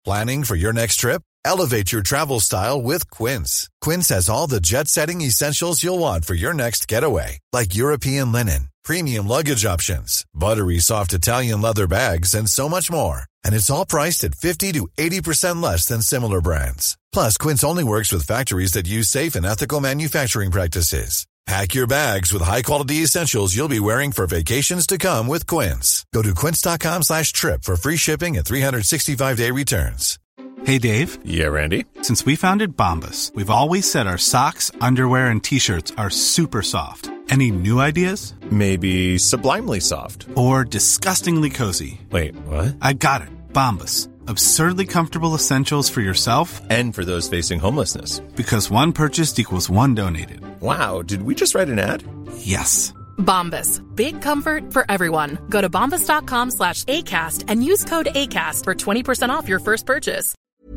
Planning for your next trip? Elevate your travel style with Quince. Quince has all the jet-setting essentials you'll want for your next getaway, like European linen, premium luggage options, buttery soft Italian leather bags, and so much more. And it's all priced at 50 to 80% less than similar brands. Plus, Quince only works with factories that use safe and ethical manufacturing practices. Pack your bags with high-quality essentials you'll be wearing for vacations to come with Quince. Go to quince.com/trip for free shipping and 365-day returns. Hey, Dave. Yeah, Randy. Since we founded Bombas, we've always said our socks, underwear, and T-shirts are super soft. Any new ideas? Maybe sublimely soft. Or disgustingly cozy. Wait, what? I got it. Bombas. Absurdly comfortable essentials for yourself and for those facing homelessness. Because one purchased equals one donated. Wow, did we just write an ad? Yes. Bombas. Big comfort for everyone. Go to bombas.com/ACAST and use code ACAST for 20% off your first purchase.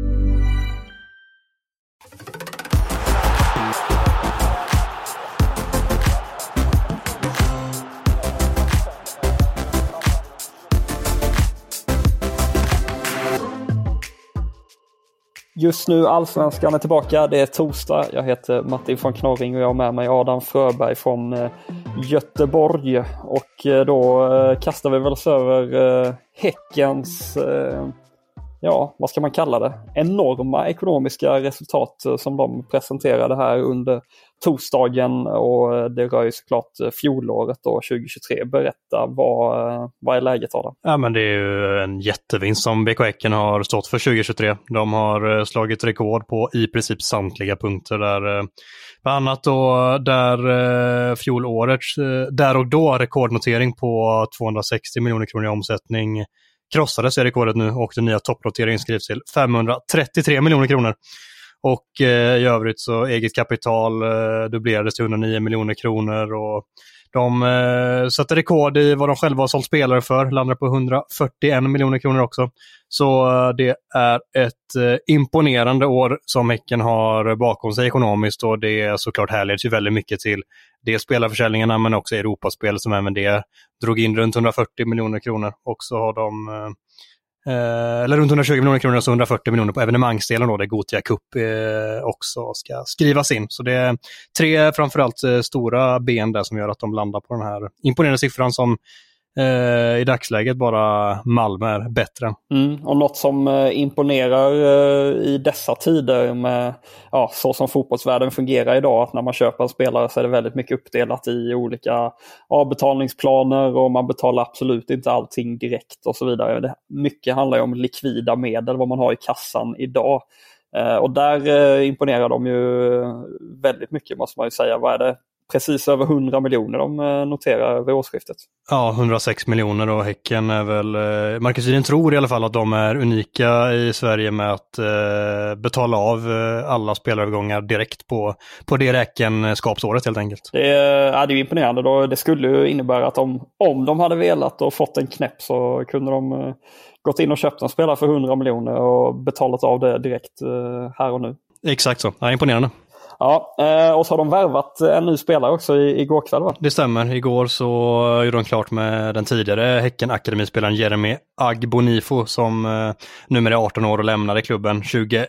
Just nu Allsvenskan är tillbaka, det är torsdag. Jag heter Martin von Knorring och jag har med mig Adam Fröberg från Göteborg. Och då kastar vi väl oss över Häckens, vad ska man kalla det? Enorma ekonomiska resultat som de presenterade här under torsdagen. Och det rör ju såklart fjolåret då, 2023. Berätta, vad är läget av det? Ja, men det är ju en jättevinst som BK Häcken har stått för 2023. De har slagit rekord på i princip samtliga punkter där. Bland annat då där fjolårets där och då rekordnotering på 260 miljoner kronor i omsättning krossades i rekordet nu och den nya toppnoteringen skrivs till 533 miljoner kronor. Och i övrigt så eget kapital dubblerades till 109 miljoner kronor och de satte rekord i vad de själva har sålt spelare för, landade på 141 miljoner kronor också. Så det är ett imponerande år som Häcken har bakom sig ekonomiskt och det är såklart härleds ju väldigt mycket till det spelarförsäljningarna men också Europaspel som även det drog in runt 140 miljoner kronor och så har de eller runt 120 miljoner kronor och så 140 miljoner på evenemangsdelen då, där Gothia Cup också ska skrivas in. Så det är tre framförallt stora ben där som gör att de landar på den här imponerande siffran som i dagsläget bara Malmö är bättre. Och något som imponerar i dessa tider med så som fotbollsvärlden fungerar idag, att när man köper en spelare så är det väldigt mycket uppdelat i olika avbetalningsplaner och man betalar absolut inte allting direkt och så vidare. Mycket handlar ju om likvida medel, vad man har i kassan idag. Och där imponerar de ju väldigt mycket, måste man ju säga. Vad är det? Precis över 100 miljoner de noterar vid årsskiftet. Ja, 106 miljoner och Häcken är väl... Marcus Rydén tror i alla fall att de är unika i Sverige med att betala av alla spelarövergångar direkt på det räkenskapsåret helt enkelt. Det är ju imponerande då. Det skulle ju innebära att om de hade velat och fått en knäpp så kunde de gått in och köpt en spelare för 100 miljoner och betalat av det direkt här och nu. Exakt så, ja, imponerande. Ja, och så har de värvat en ny spelare också igår kväll, va? Det stämmer. Igår så gjorde de klart med den tidigare Häcken-akademispelaren Jeremy Agbonifo som numera är 18 år och lämnade klubben 2021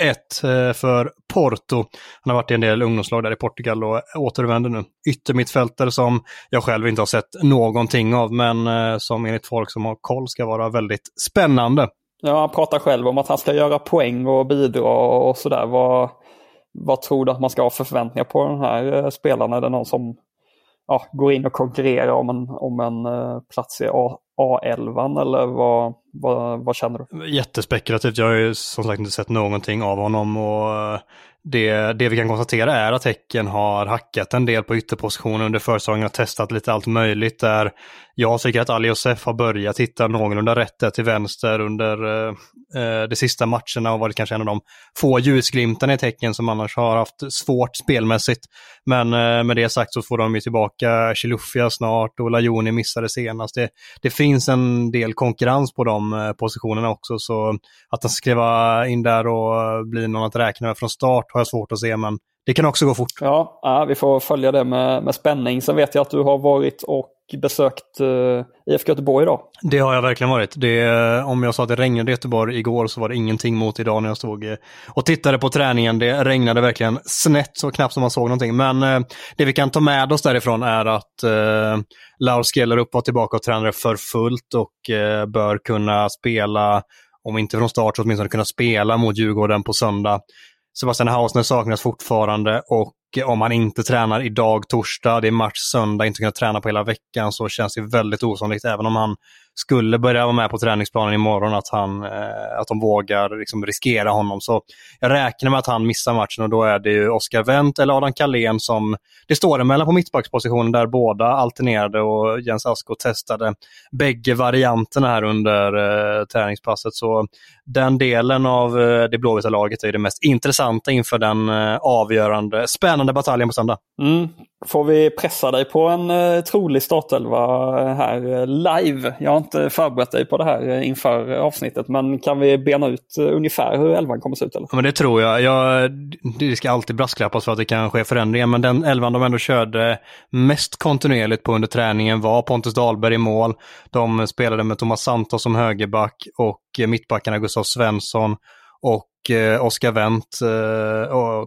för Porto. Han har varit i en del ungdomslag där i Portugal och återvänder nu. Yttermittfältare som jag själv inte har sett någonting av men som enligt folk som har koll ska vara väldigt spännande. Ja, han pratar själv om att han ska göra poäng och bidra och sådär. Vad tror du att man ska ha för förväntningar på den här spelaren? Är det någon som går in och konkurrerar om en plats i A11 eller vad känner du? Jättespekulativt. Jag har ju som sagt inte sett någonting av honom och det vi kan konstatera är att Häcken har hackat en del på ytterpositionen under försäsongen och testat lite allt möjligt där jag tycker att Ali Josef har börjat hitta någorlunda rätt till vänster under de sista matcherna och varit kanske en av de få ljusglimtarna i Häcken som annars har haft svårt spelmässigt. Men med det sagt så får de ju tillbaka Chilufya snart och Lajoni missade senast. Det finns en del konkurrens på de positionerna också så att de ska skriva in där och bli någon att räkna med från start har jag svårt att se, men det kan också gå fort. Ja, vi får följa det med spänning. Sen vet jag att du har varit och besökt IFK Göteborg idag? Det har jag verkligen varit. Om jag sa att det regnade i Göteborg igår så var det ingenting mot idag när jag stod och tittade på träningen. Det regnade verkligen snett så knappt som man såg någonting. Men det vi kan ta med oss därifrån är att Lars Skellerup var tillbaka och tränade för fullt och bör kunna spela, om inte från start så åtminstone kunna spela mot Djurgården på söndag. Sebastian Hausner saknas fortfarande och om han inte tränar idag torsdag, det är match söndag, inte kunna träna på hela veckan, så känns det väldigt osannolikt, även om han skulle börja vara med på träningsplanen imorgon, att de vågar liksom riskera honom. Så jag räknar med att han missar matchen och då är det ju Oskar Wendt eller Adam Carlén som det står emellan på mittbackspositionen, där båda alternerade och Jens Asko testade bägge varianterna här under träningspasset. Så den delen av det blåvita laget är det mest intressanta inför den avgörande, spännande bataljen på söndag. Får vi pressa dig på en trolig startelva här live? Jag har inte förberett dig på det här inför avsnittet, men kan vi bena ut ungefär hur elvan kommer se ut? Eller? Ja, men det tror jag. Det ska alltid brasklappas för att det kan ske förändringar, men den elvan de ändå körde mest kontinuerligt på under träningen var Pontus Dahlberg i mål. De spelade med Thomas Santos som högerback och mittbackarna Gustav Svensson och Oskar Wendt och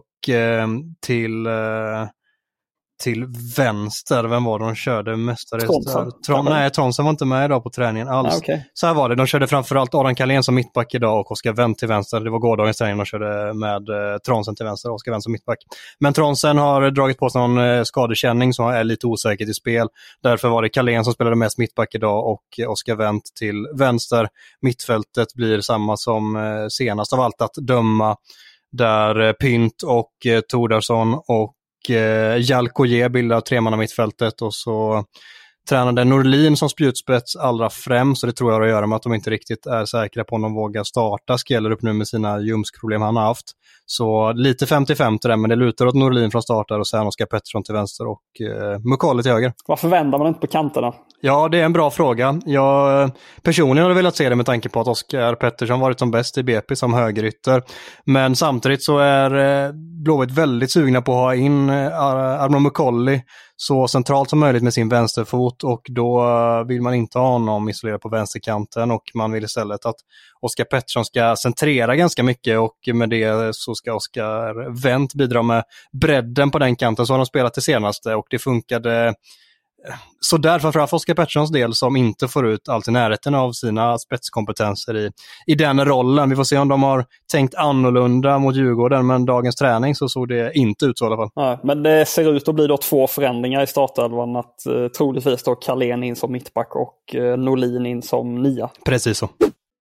till vänster, vem var det de körde mestadels? Tronsen var inte med idag på träningen alls. Okay. Så här var det, de körde framförallt Adam Carlén som mittback idag och Oskar Wendt till vänster. Det var gårdagens träning, de körde med Tronsen till vänster och Oskar Wendt som mittback. Men Tronsen har dragit på sig någon skadekänning som är lite osäkert i spel. Därför var det Carlén som spelade mest mittback idag och Oskar Wendt till vänster. Mittfältet blir samma som senast av allt att döma, där Pynt och Tordarsson och Jalkoje bildar tremanna mittfältet, och så tränade Norlin som spjutspets allra främst, så det tror jag har att göra med att de inte riktigt är säkra på om de vågar starta Skellerup nu med sina ljumskproblem han har haft. Så lite 50-50 där, men det lutar åt Norlin från startar och sen Oskar Pettersson till vänster och Mukalle till höger. Varför vänder man inte på kanterna? Ja, det är en bra fråga. Jag personligen hade velat se det med tanke på att Oskar Pettersson varit som bäst i BP som högerytter. Men samtidigt så är Blåvitt väldigt sugna på att ha in Armand Mukalle så centralt som möjligt med sin vänsterfot, och då vill man inte ha honom isolerad på vänsterkanten, och man vill istället att Oskar Pettersson ska centrera ganska mycket, och med det så ska Oskar Wendt bidra med bredden på den kanten. Så har de spelat det senaste och det funkade så därför för Oskar Petterssons del, som inte får ut allt i närheten av sina spetskompetenser i den rollen. Vi får se om de har tänkt annorlunda mot Djurgården, men dagens träning så såg det inte ut så i alla fall. Nej, men det ser ut att bli då 2 förändringar i startelvan, att troligtvis då Carlén in som mittback och Norlin in som nia. Precis så.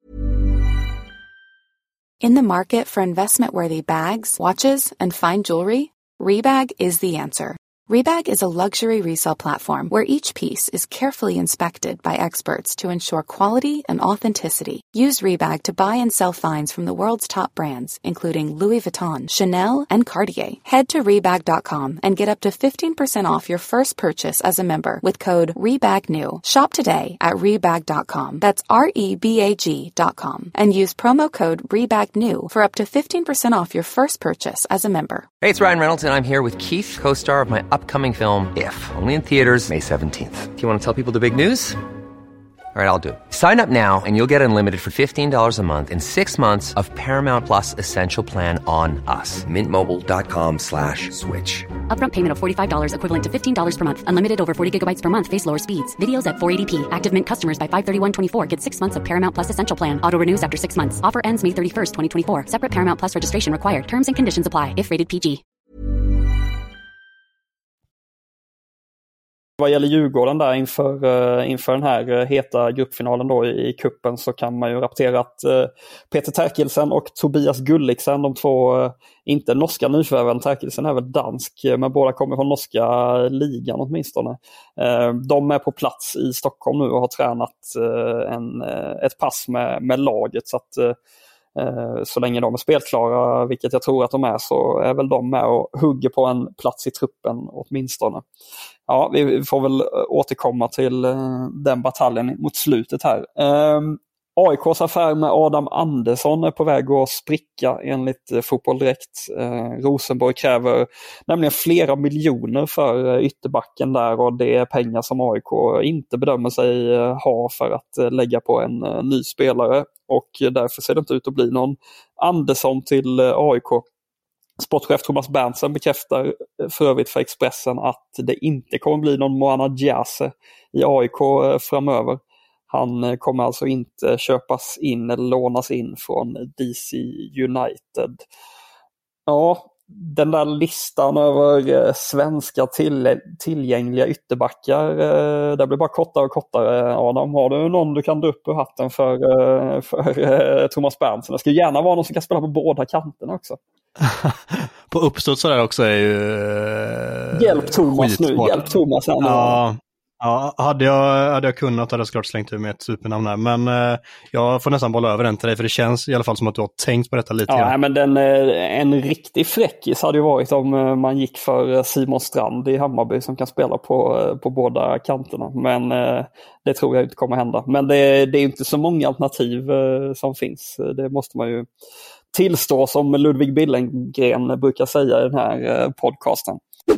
In the market for investment-worthy bags, watches, and fine jewelry, Rebag is the answer. Rebag is a luxury resale platform where each piece is carefully inspected by experts to ensure quality and authenticity. Use Rebag to buy and sell finds from the world's top brands, including Louis Vuitton, Chanel, and Cartier. Head to Rebag.com and get up to 15% off your first purchase as a member with code REBAGNEW. Shop today at Rebag.com. That's REBAG.com. And use promo code REBAGNEW for up to 15% off your first purchase as a member. Hey, it's Ryan Reynolds, and I'm here with Keith, co-star of my upcoming film, If, only in theaters May 17th. Do you want to tell people the big news? All right, I'll do it. Sign up now and you'll get unlimited for $15 a month and 6 months of Paramount Plus Essential Plan on us. MintMobile.com/switch. Upfront payment of $45 equivalent to $15 per month. Unlimited over 40 gigabytes per month. Face lower speeds. Videos at 480p. Active Mint customers by 531.24 get 6 months of Paramount Plus Essential Plan. Auto renews after 6 months. Offer ends May 31st, 2024. Separate Paramount Plus registration required. Terms and conditions apply if rated PG. Vad gäller Djurgården där inför den här heta gruppfinalen då i kuppen, så kan man ju rapportera att Peter Terkelsen och Tobias Gulliksen, de två, inte norska nyförvärven, Terkelsen är väl dansk, men båda kommer från norska ligan åtminstone. De är på plats i Stockholm nu och har tränat ett pass med laget, så att så länge de är spelklara, vilket jag tror att de är, så är väl de med och hugger på en plats i truppen åtminstone. Ja, vi får väl återkomma till den bataljen mot slutet här. AIKs affär med Adam Andersson är på väg att spricka enligt Fotboll Direkt. Rosenborg kräver nämligen flera miljoner för ytterbacken där, och det är pengar som AIK inte bedömer sig ha för att lägga på en ny spelare, och därför ser det inte ut att bli någon Andersson till AIK. Sportchef Thomas Berntsen bekräftar för övrigt för Expressen att det inte kommer bli någon Moana Diase i AIK framöver. Han kommer alltså inte köpas in eller lånas in från DC United. Ja, den där listan över svenska tillgängliga ytterbackar, det blir bara kortare och kortare. Adam, har du någon du kan dra upp ur hatten för Thomas Berntsen? Det ska gärna vara någon som kan spela på båda kanterna också. På uppstått så där också är ju... Hjälp Thomas nu, hjälp Thomas här nu. Ja, hade jag kunnat hade jag såklart slängt ur med ett supernamn här. Men jag får nästan bolla över den till dig, för det känns i alla fall som att du har tänkt på detta lite. Ja, men en riktig fräckis hade ju varit om man gick för Simon Strand i Hammarby som kan spela på båda kanterna. Men det tror jag inte kommer hända. Men det är inte så många alternativ som finns. Det måste man ju tillstå, som Ludvig Billengren brukar säga i den här podcasten.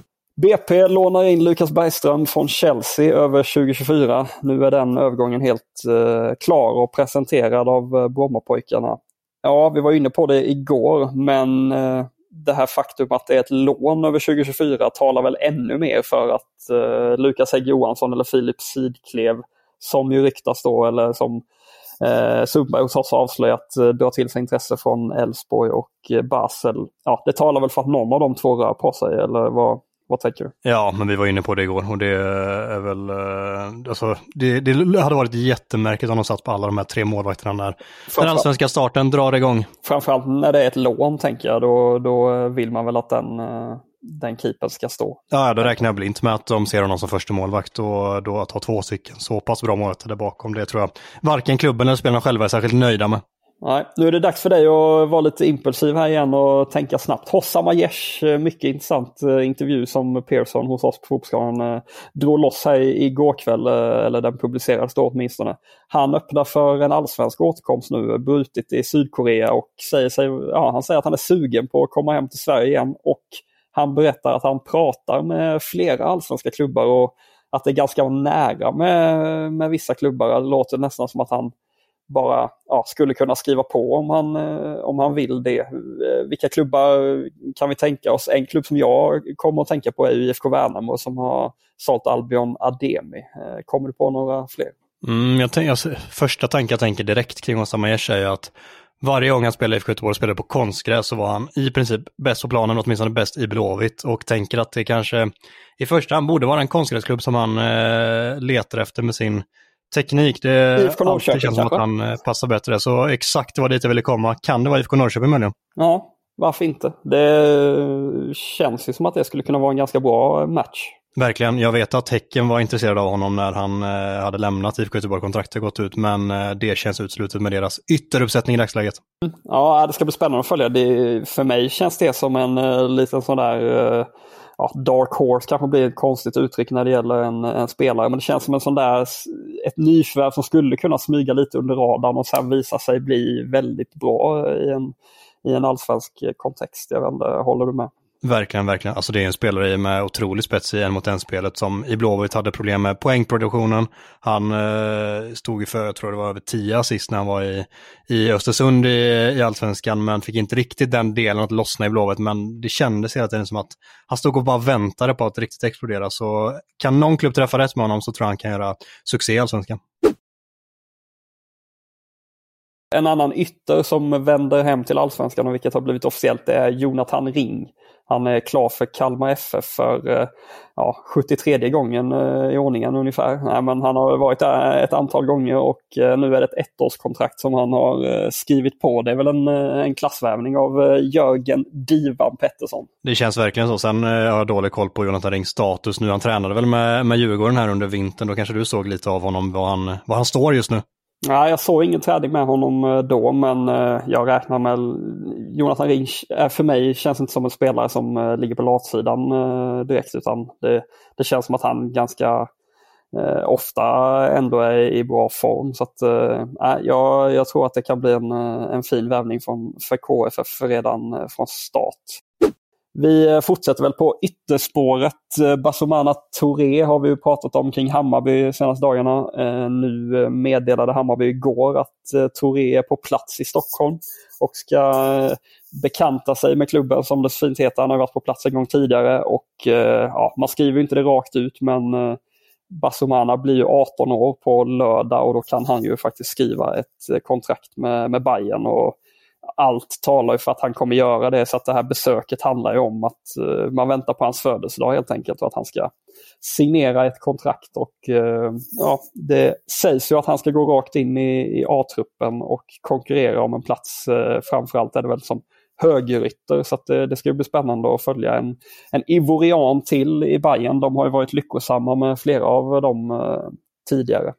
BP lånar in Lukas Bergström från Chelsea över 2024. Nu är den övergången helt klar och presenterad av Brommapojkarna. Ja, vi var inne på det igår, men det här faktum att det är ett lån över 2024 talar väl ännu mer för att Lukas Hägg Johansson eller Filip Sidklev, som ju ryktas då, eller som Sundberg hos oss avslöjat, drar till sig intresse från Elfsborg och Basel. Ja, det talar väl för att någon av de två rör på sig, eller vad tänker du? Ja, men vi var inne på det igår, och det är väl alltså, det hade varit jättemärkligt om de satt på alla de här 3 målvakterna när den allsvenska starten drar igång. Framförallt när det är ett lån, tänker jag, då vill man väl att den keepern ska stå. Ja, då räknar jag blint med att de ser honom som första målvakt, och då att ha 2 stycken så pass bra målvakter där bakom, det tror jag varken klubben eller spelarna själva är särskilt nöjda med. Nej, nu är det dags för dig att vara lite impulsiv här igen och tänka snabbt. Hossam Aiesh, mycket intressant intervju som Pearson hos oss på Fotbollskanalen drog loss här igår kväll, eller den publicerades då åtminstone. Han öppnar för en allsvensk återkomst nu, brutit i Sydkorea, och han säger att han är sugen på att komma hem till Sverige igen, och han berättar att han pratar med flera allsvenska klubbar och att det är ganska nära med vissa klubbar. Det låter nästan som att han bara skulle kunna skriva på om han vill det. Vilka klubbar kan vi tänka oss? En klubb som jag kommer att tänka på är IFK Värnamo, som har sålt Albion Ademi. Kommer du på några fler? Första tanken jag tänker direkt kring Hossam Aiesh är att varje gång han spelade i IFK Göteborg och spelade på konstgräs så var han i princip bäst på planen, åtminstone bäst i Blåvitt, och tänker att det kanske i första hand borde vara en konstgräsklubb som han letar efter med sin teknik. Det känns som att han passar bättre. Så exakt vad dit jag ville komma. Kan det vara IFK Norrköping möjligen? Ja, varför inte? Det känns ju som att det skulle kunna vara en ganska bra match. Verkligen. Jag vet att Häcken var intresserad av honom när han hade lämnat IFK Göteborg-kontraktet gått ut, men det känns utslutet med deras ytteruppsättning i dagsläget. Ja, det ska bli spännande att följa. För mig känns det som en liten sån där dark horse, kanske blir ett konstigt uttryck när det gäller en spelare, men det känns som en sån där ett nyförvärv som skulle kunna smyga lite under radarn och sen visa sig bli väldigt bra i en allsvensk kontext. Jag vet inte, håller du med? Verkligen, verkligen. Alltså det är en spelare med otrolig spets i 1-mot-1-spelet som i Blåvitt hade problem med poängproduktionen. Han stod ju för, jag tror det var över 10 assist när han var i Östersund i allsvenskan, men fick inte riktigt den delen att lossna i Blåvitt, men det kändes hela tiden som att han stod och bara väntade på att riktigt explodera. Så kan någon klubb träffa rätt med honom så tror jag han kan göra succé i allsvenskan. En annan ytter som vänder hem till allsvenskan, och vilket har blivit officiellt, är Jonathan Ring. Han är klar för Kalmar FF för 73 gången i ordningen ungefär. Nej, men han har varit där ett antal gånger, och nu är det ett 1-årskontrakt som han har skrivit på. Det är väl en klassvärvning av Jörgen Divan Pettersson. Det känns verkligen så. Sen har jag dålig koll på Jonathan Rings status nu. Han tränade väl med Djurgården här under vintern. Då kanske du såg lite av honom, var han står just nu. Nej, jag såg ingen träning med honom då, men jag räknar med Jonathan Ring för mig känns inte som en spelare som ligger på latsidan direkt, utan det känns som att han ganska ofta ändå är i bra form. Så att, jag tror att det kan bli en fin värvning för KFF redan från start. Vi fortsätter väl på ytterspåret. Basumana Touré har vi ju pratat om kring Hammarby senaste dagarna. Nu meddelade Hammarby igår att Touré är på plats i Stockholm och ska bekanta sig med klubben, som det fint heter. Han har varit på plats en gång tidigare och man skriver inte det rakt ut, men Basumana blir ju 18 år på lördag och då kan han ju faktiskt skriva ett kontrakt med Bayern, och allt talar ju för att han kommer göra det. Så att det här besöket handlar ju om att man väntar på hans födelsedag helt enkelt, och att han ska signera ett kontrakt. Och det sägs ju att han ska gå rakt in i A-truppen och konkurrera om en plats. Framförallt är det väl som högerytter, så att det ska bli spännande att följa en Ivorian till i Bayern. De har ju varit lyckosamma med flera av dem tidigare.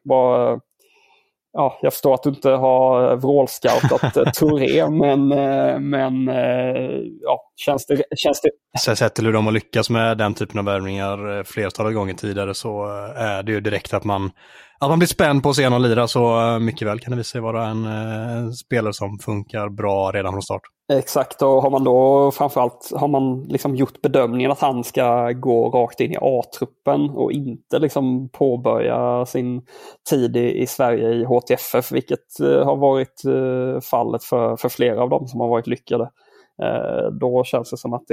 Jag förstår att du inte har vrålscoutat Touré, men känns det... Så sett till hur de har lyckats med den typen av värvningar flertalet gånger tidigare, så är det ju direkt att man blir spänd på att se någon lira, så mycket väl kan det visa sig vara en spelare som funkar bra redan från start. Exakt, och har man då framförallt liksom gjort bedömningen att han ska gå rakt in i A-truppen och inte liksom påbörja sin tid i Sverige i HTFF, vilket har varit fallet för flera av dem som har varit lyckade. Då känns det som att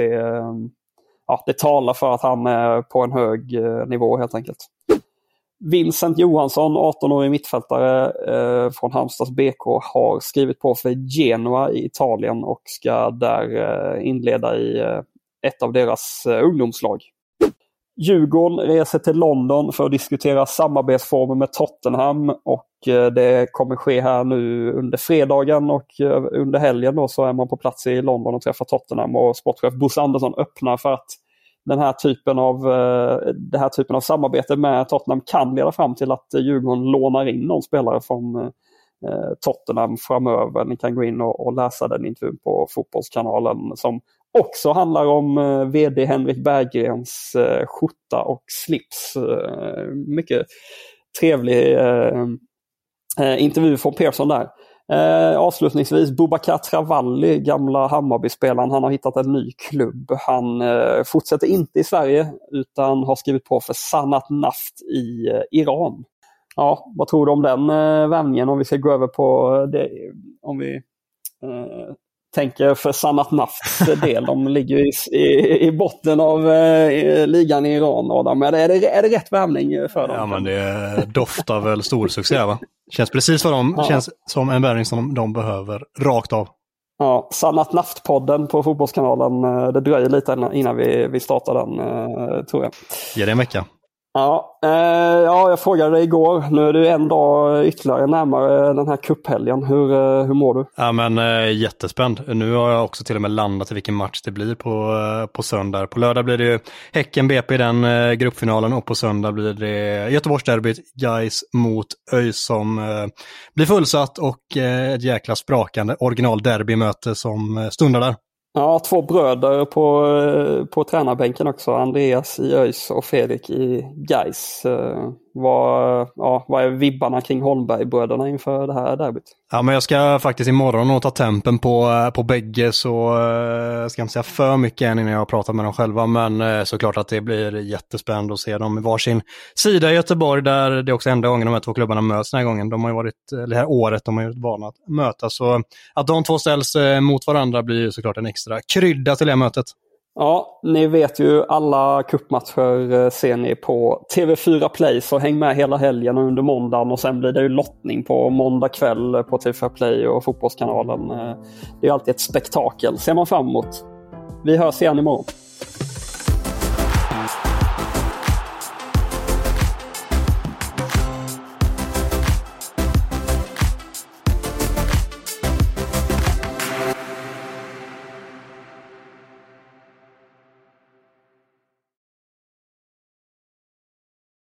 det talar för att han är på en hög nivå helt enkelt. Vincent Johansson, 18-årig mittfältare från Halmstads BK, har skrivit på för Genoa i Italien och ska där inleda i ett av deras ungdomslag. Djurgården reser till London för att diskutera samarbetsformer med Tottenham, och det kommer ske här nu under fredagen, och under helgen då så är man på plats i London och träffar Tottenham, och sportchef Bosse Andersson öppnar för att det här typen av samarbete med Tottenham kan leda fram till att Djurgården lånar in någon spelare från Tottenham framöver. Ni kan gå in och läsa den intervjun på Fotbollskanalen, som också handlar om vd Henrik Berggrens skjorta och slips. Mycket trevlig intervju från Persson där. Avslutningsvis, Boubacar Travalli, gamla Hammarby-spelaren, han har hittat en ny klubb. Han fortsätter inte i Sverige utan har skrivit på för Sanat Naft i Iran. Ja, vad tror du om den värvningen, om vi ska gå över på det, om vi tänker för Sanat Nafts del. De ligger i botten av ligan i Iran, Adam. Är det rätt värvning för dem? Ja, men det doftar väl stor succé, va? Känns precis för dem. Ja. Känns som en värvning som de behöver rakt av. Ja, Sanat Naft-podden på Fotbollskanalen. Det dröjer lite innan vi startar den, tror jag. Ge det en vecka. Ja, jag frågade dig igår. Nu är du en dag ytterligare närmare den här cuphelgen. Hur mår du? Ja, men jättespänd. Nu har jag också till och med landat i vilken match det blir på söndag. På lördag blir det ju Häcken BP i den gruppfinalen, och på söndag blir det Göteborgsderbyt, Gais mot ÖIS, som blir fullsatt, och ett jäkla sprakande originalderbymöte som stundar där. Ja, 2 bröder på tränarbänken också. Andreas i ÖIS och Fredrik i Gais. Vad är vibbarna kring Holmberg-bröderna inför det här derbyt? Ja, men jag ska faktiskt imorgon och ta tempen på bägge, så jag ska inte säga för mycket än innan jag har pratat med dem själva, men såklart att det blir jättespännande att se dem i varsin sida i Göteborg, där det är också enda gången de här 2 klubbarna möts den här gången. De har ju varit, det här året, de har ju vana att mötas, så att de 2 ställs mot varandra blir ju såklart en extra krydda till det mötet. Ja, ni vet ju, alla cupmatcher ser ni på TV4 Play, så häng med hela helgen och under måndagen, och sen blir det ju lottning på måndag kväll på TV4 Play och Fotbollskanalen. Det är alltid ett spektakel, ser man fram emot. Vi hörs igen imorgon.